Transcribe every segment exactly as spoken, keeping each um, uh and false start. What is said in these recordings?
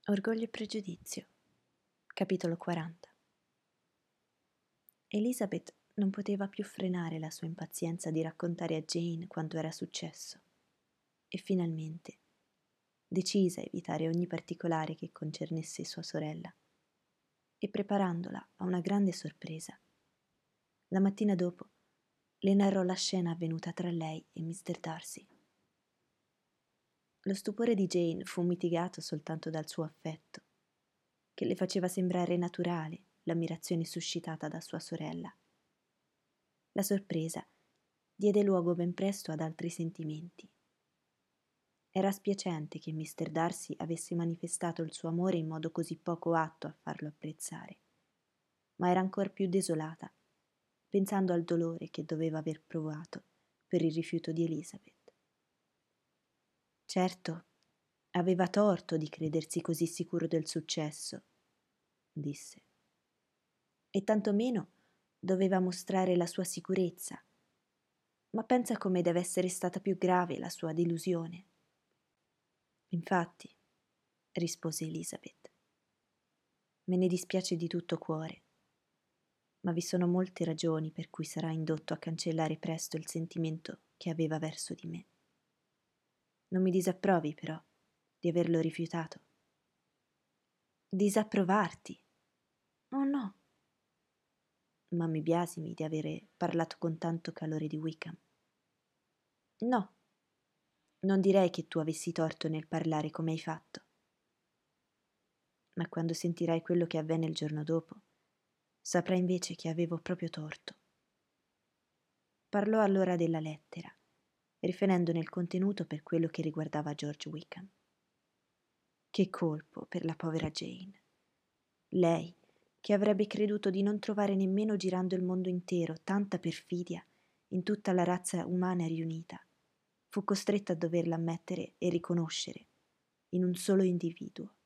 Orgoglio e pregiudizio, capitolo quaranta. Elizabeth non poteva più frenare la sua impazienza di raccontare a Jane quanto era successo e finalmente, decisa a evitare ogni particolare che concernesse sua sorella e preparandola a una grande sorpresa, la mattina dopo le narrò la scena avvenuta tra lei e mister Darcy. Lo stupore di Jane fu mitigato soltanto dal suo affetto, che le faceva sembrare naturale l'ammirazione suscitata da sua sorella. La sorpresa diede luogo ben presto ad altri sentimenti. Era spiacente che mister Darcy avesse manifestato il suo amore in modo così poco atto a farlo apprezzare, ma era ancor più desolata, pensando al dolore che doveva aver provato per il rifiuto di Elizabeth. Certo, aveva torto di credersi così sicuro del successo, disse, e tantomeno doveva mostrare la sua sicurezza, ma pensa come deve essere stata più grave la sua delusione. Infatti, rispose Elizabeth, me ne dispiace di tutto cuore, ma vi sono molte ragioni per cui sarà indotto a cancellare presto il sentimento che aveva verso di me. Non mi disapprovi, però, di averlo rifiutato. Disapprovarti? Oh no. Ma mi biasimi di avere parlato con tanto calore di Wickham. No, non direi che tu avessi torto nel parlare come hai fatto. Ma quando sentirai quello che avvenne il giorno dopo, saprai invece che avevo proprio torto. Parlò allora della lettera, riferendone il contenuto per quello che riguardava George Wickham. Che colpo per la povera Jane. Lei, che avrebbe creduto di non trovare nemmeno girando il mondo intero tanta perfidia in tutta la razza umana riunita, fu costretta a doverla ammettere e riconoscere in un solo individuo.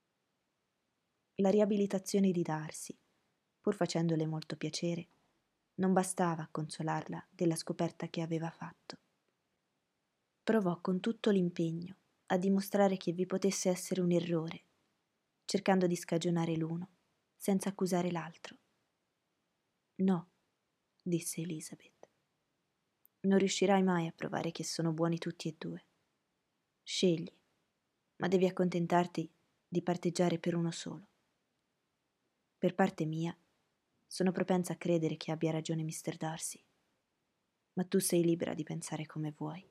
La riabilitazione di Darcy, pur facendole molto piacere, non bastava a consolarla della scoperta che aveva fatto. Provò con tutto l'impegno a dimostrare che vi potesse essere un errore, cercando di scagionare l'uno senza accusare l'altro. No, disse Elizabeth, non riuscirai mai a provare che sono buoni tutti e due. Scegli, ma devi accontentarti di parteggiare per uno solo. Per parte mia, sono propensa a credere che abbia ragione mister Darcy, ma tu sei libera di pensare come vuoi.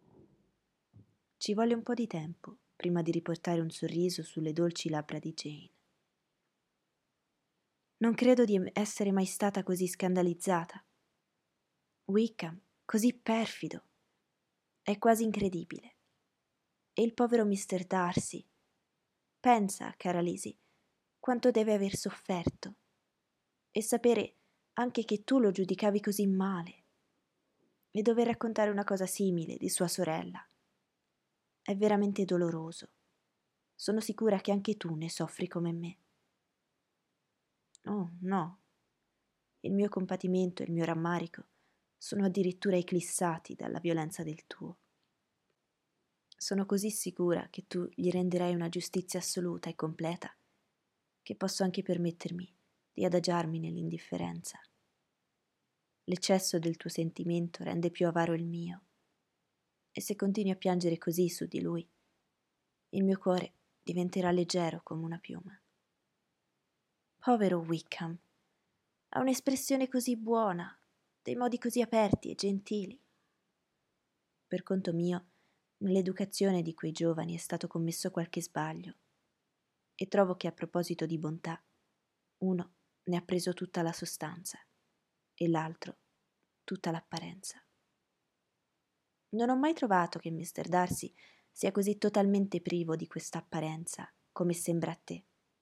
Ci volle un po' di tempo prima di riportare un sorriso sulle dolci labbra di Jane. Non credo di essere mai stata così scandalizzata. Wickham, così perfido. È quasi incredibile. E il povero mister Darcy. Pensa, cara Lizzie, quanto deve aver sofferto. E sapere anche che tu lo giudicavi così male. E dover raccontare una cosa simile di sua sorella. È veramente doloroso. Sono sicura che anche tu ne soffri come me. Oh, no. Il mio compatimento e il mio rammarico sono addirittura eclissati dalla violenza del tuo. Sono così sicura che tu gli renderai una giustizia assoluta e completa che posso anche permettermi di adagiarmi nell'indifferenza. L'eccesso del tuo sentimento rende più avaro il mio, e se continui a piangere così su di lui, il mio cuore diventerà leggero come una piuma. Povero Wickham, ha un'espressione così buona, dei modi così aperti e gentili. Per conto mio, nell'educazione di quei giovani è stato commesso qualche sbaglio, e trovo che a proposito di bontà, uno ne ha preso tutta la sostanza e l'altro tutta l'apparenza. Non ho mai trovato che mister Darcy sia così totalmente privo di questa apparenza, come sembra a te.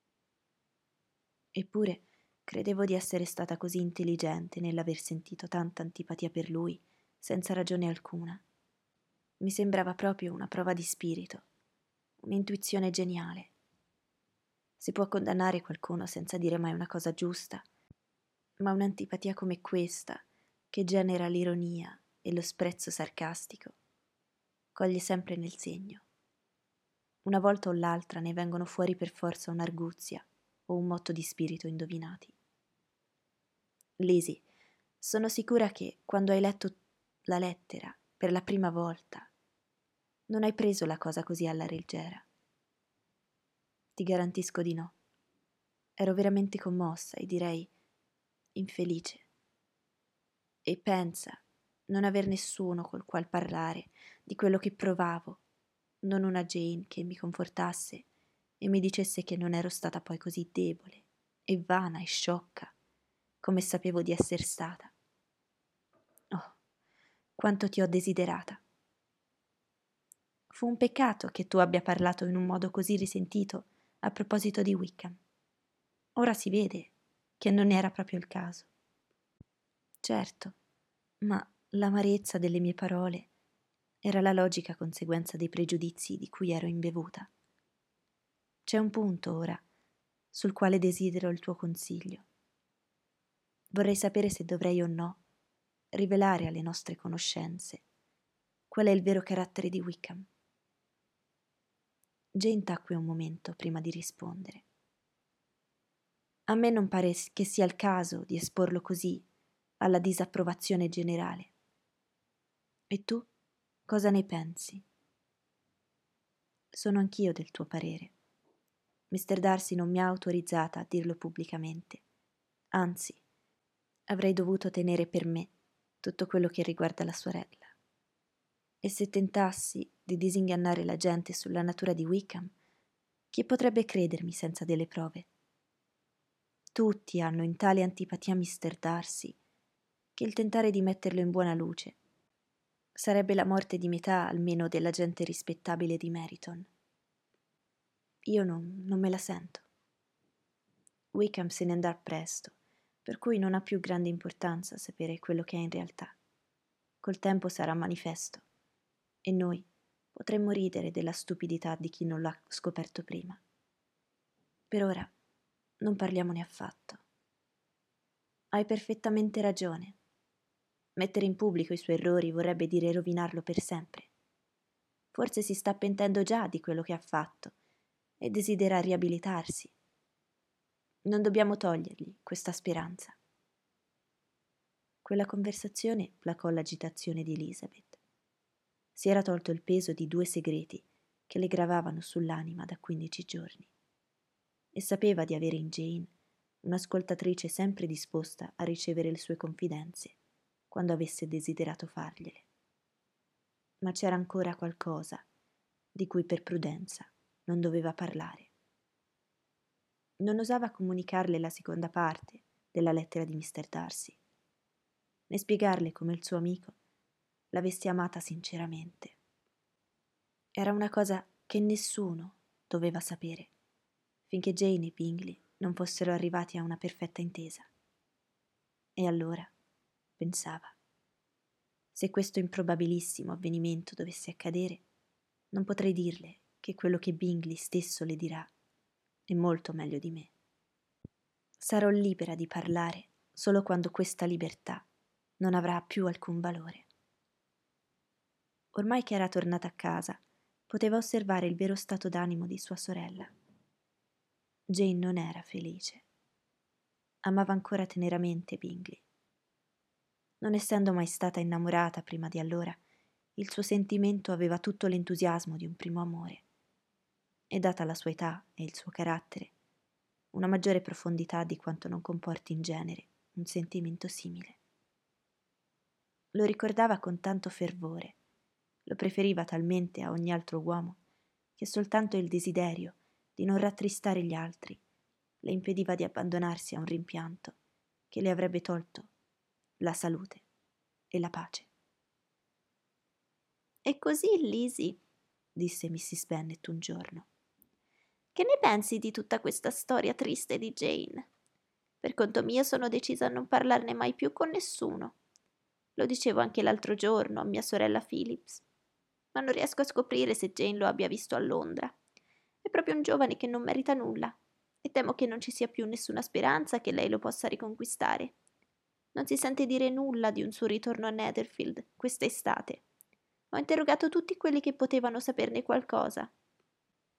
Eppure credevo di essere stata così intelligente nell'aver sentito tanta antipatia per lui, senza ragione alcuna. Mi sembrava proprio una prova di spirito, un'intuizione geniale. Si può condannare qualcuno senza dire mai una cosa giusta, ma un'antipatia come questa, che genera l'ironia e lo sprezzo sarcastico, coglie sempre nel segno. Una volta o l'altra ne vengono fuori per forza un'arguzia o un motto di spirito indovinati. Lizzie, sono sicura che quando hai letto la lettera per la prima volta non hai preso la cosa così alla leggera. Ti garantisco di no. Ero veramente commossa e direi infelice. E pensa, non aver nessuno col qual parlare di quello che provavo, non una Jane che mi confortasse e mi dicesse che non ero stata poi così debole e vana e sciocca come sapevo di esser stata. Oh, quanto ti ho desiderata. Fu un peccato che tu abbia parlato in un modo così risentito a proposito di Wickham. Ora si vede che non era proprio il caso. Certo, ma l'amarezza delle mie parole era la logica conseguenza dei pregiudizi di cui ero imbevuta. C'è un punto ora sul quale desidero il tuo consiglio. Vorrei sapere se dovrei o no rivelare alle nostre conoscenze qual è il vero carattere di Wickham. Jane tacque un momento prima di rispondere. A me non pare che sia il caso di esporlo così alla disapprovazione generale. E tu cosa ne pensi? Sono anch'io del tuo parere. mister Darcy non mi ha autorizzata a dirlo pubblicamente. Anzi, avrei dovuto tenere per me tutto quello che riguarda la sorella. E se tentassi di disingannare la gente sulla natura di Wickham, chi potrebbe credermi senza delle prove? Tutti hanno in tale antipatia a mister Darcy che il tentare di metterlo in buona luce sarebbe la morte di metà almeno della gente rispettabile di Meryton. Io non, non me la sento. Wickham se ne andrà presto, per cui non ha più grande importanza sapere quello che è in realtà. Col tempo sarà manifesto e noi potremmo ridere della stupidità di chi non l'ha scoperto prima. Per ora non parliamone affatto. Hai perfettamente ragione. Mettere in pubblico i suoi errori vorrebbe dire rovinarlo per sempre. Forse si sta pentendo già di quello che ha fatto e desidera riabilitarsi. Non dobbiamo togliergli questa speranza. Quella conversazione placò l'agitazione di Elizabeth. Si era tolto il peso di due segreti che le gravavano sull'anima da quindici giorni e sapeva di avere in Jane un'ascoltatrice sempre disposta a ricevere le sue confidenze quando avesse desiderato fargliele. Ma c'era ancora qualcosa di cui per prudenza non doveva parlare. Non osava comunicarle la seconda parte della lettera di mister Darcy, né spiegarle come il suo amico l'avesse amata sinceramente. Era una cosa che nessuno doveva sapere, finché Jane e Bingley non fossero arrivati a una perfetta intesa. E allora, pensava, se questo improbabilissimo avvenimento dovesse accadere, non potrei dirle che quello che Bingley stesso le dirà è molto meglio di me. Sarò libera di parlare solo quando questa libertà non avrà più alcun valore. Ormai che era tornata a casa, poteva osservare il vero stato d'animo di sua sorella. Jane non era felice. Amava ancora teneramente Bingley. Non essendo mai stata innamorata prima di allora, il suo sentimento aveva tutto l'entusiasmo di un primo amore. E data la sua età e il suo carattere, una maggiore profondità di quanto non comporti in genere un sentimento simile. Lo ricordava con tanto fervore, lo preferiva talmente a ogni altro uomo, che soltanto il desiderio di non rattristare gli altri le impediva di abbandonarsi a un rimpianto che le avrebbe tolto la salute e la pace. E così, Lizzie, disse missis Bennet un giorno, che ne pensi di tutta questa storia triste di Jane? Per conto mio sono decisa a non parlarne mai più con nessuno. Lo dicevo anche l'altro giorno a mia sorella Phillips, ma non riesco a scoprire se Jane lo abbia visto a Londra. È proprio un giovane che non merita nulla e temo che non ci sia più nessuna speranza che lei lo possa riconquistare. Non si sente dire nulla di un suo ritorno a Netherfield questa estate. Ho interrogato tutti quelli che potevano saperne qualcosa.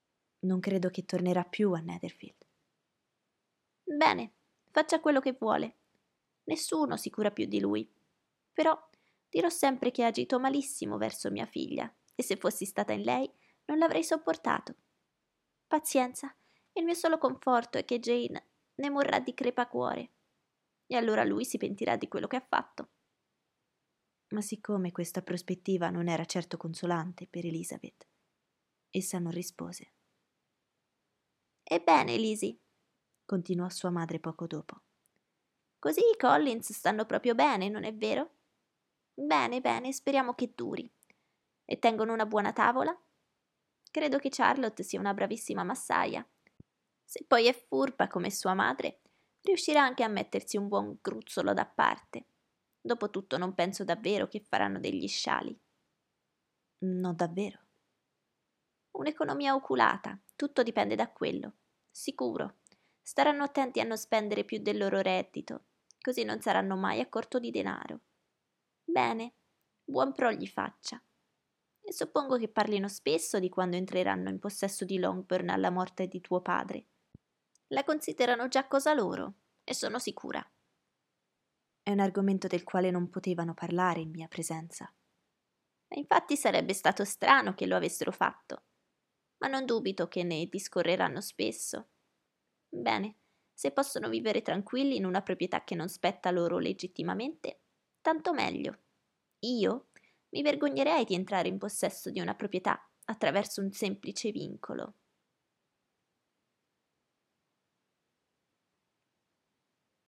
Non credo che tornerà più a Netherfield. Bene, faccia quello che vuole. Nessuno si cura più di lui. Però dirò sempre che ha agito malissimo verso mia figlia, e se fossi stata in lei non l'avrei sopportato. Pazienza, il mio solo conforto è che Jane ne morrà di crepacuore. E allora lui si pentirà di quello che ha fatto. Ma siccome questa prospettiva non era certo consolante per Elizabeth, essa non rispose. Ebbene, Lizzie, Continuò sua madre poco dopo. così i Collins stanno proprio bene, non è vero? Bene, bene, speriamo che duri. E tengono una buona tavola? Credo che Charlotte sia una bravissima massaia. Se poi è furba come sua madre, riuscirà anche a mettersi un buon gruzzolo da parte. Dopotutto non penso davvero che faranno degli sciali. No, davvero. Un'economia oculata, tutto dipende da quello. Sicuro. Staranno attenti a non spendere più del loro reddito, così non saranno mai a corto di denaro. Bene, buon pro gli faccia. E suppongo che parlino spesso di quando entreranno in possesso di Longbourn alla morte di tuo padre. La considerano già cosa loro, e sono sicura. È un argomento del quale non potevano parlare in mia presenza. E infatti sarebbe stato strano che lo avessero fatto, ma non dubito che ne discorreranno spesso. Bene, se possono vivere tranquilli in una proprietà che non spetta loro legittimamente, tanto meglio. Io mi vergognerei di entrare in possesso di una proprietà attraverso un semplice vincolo.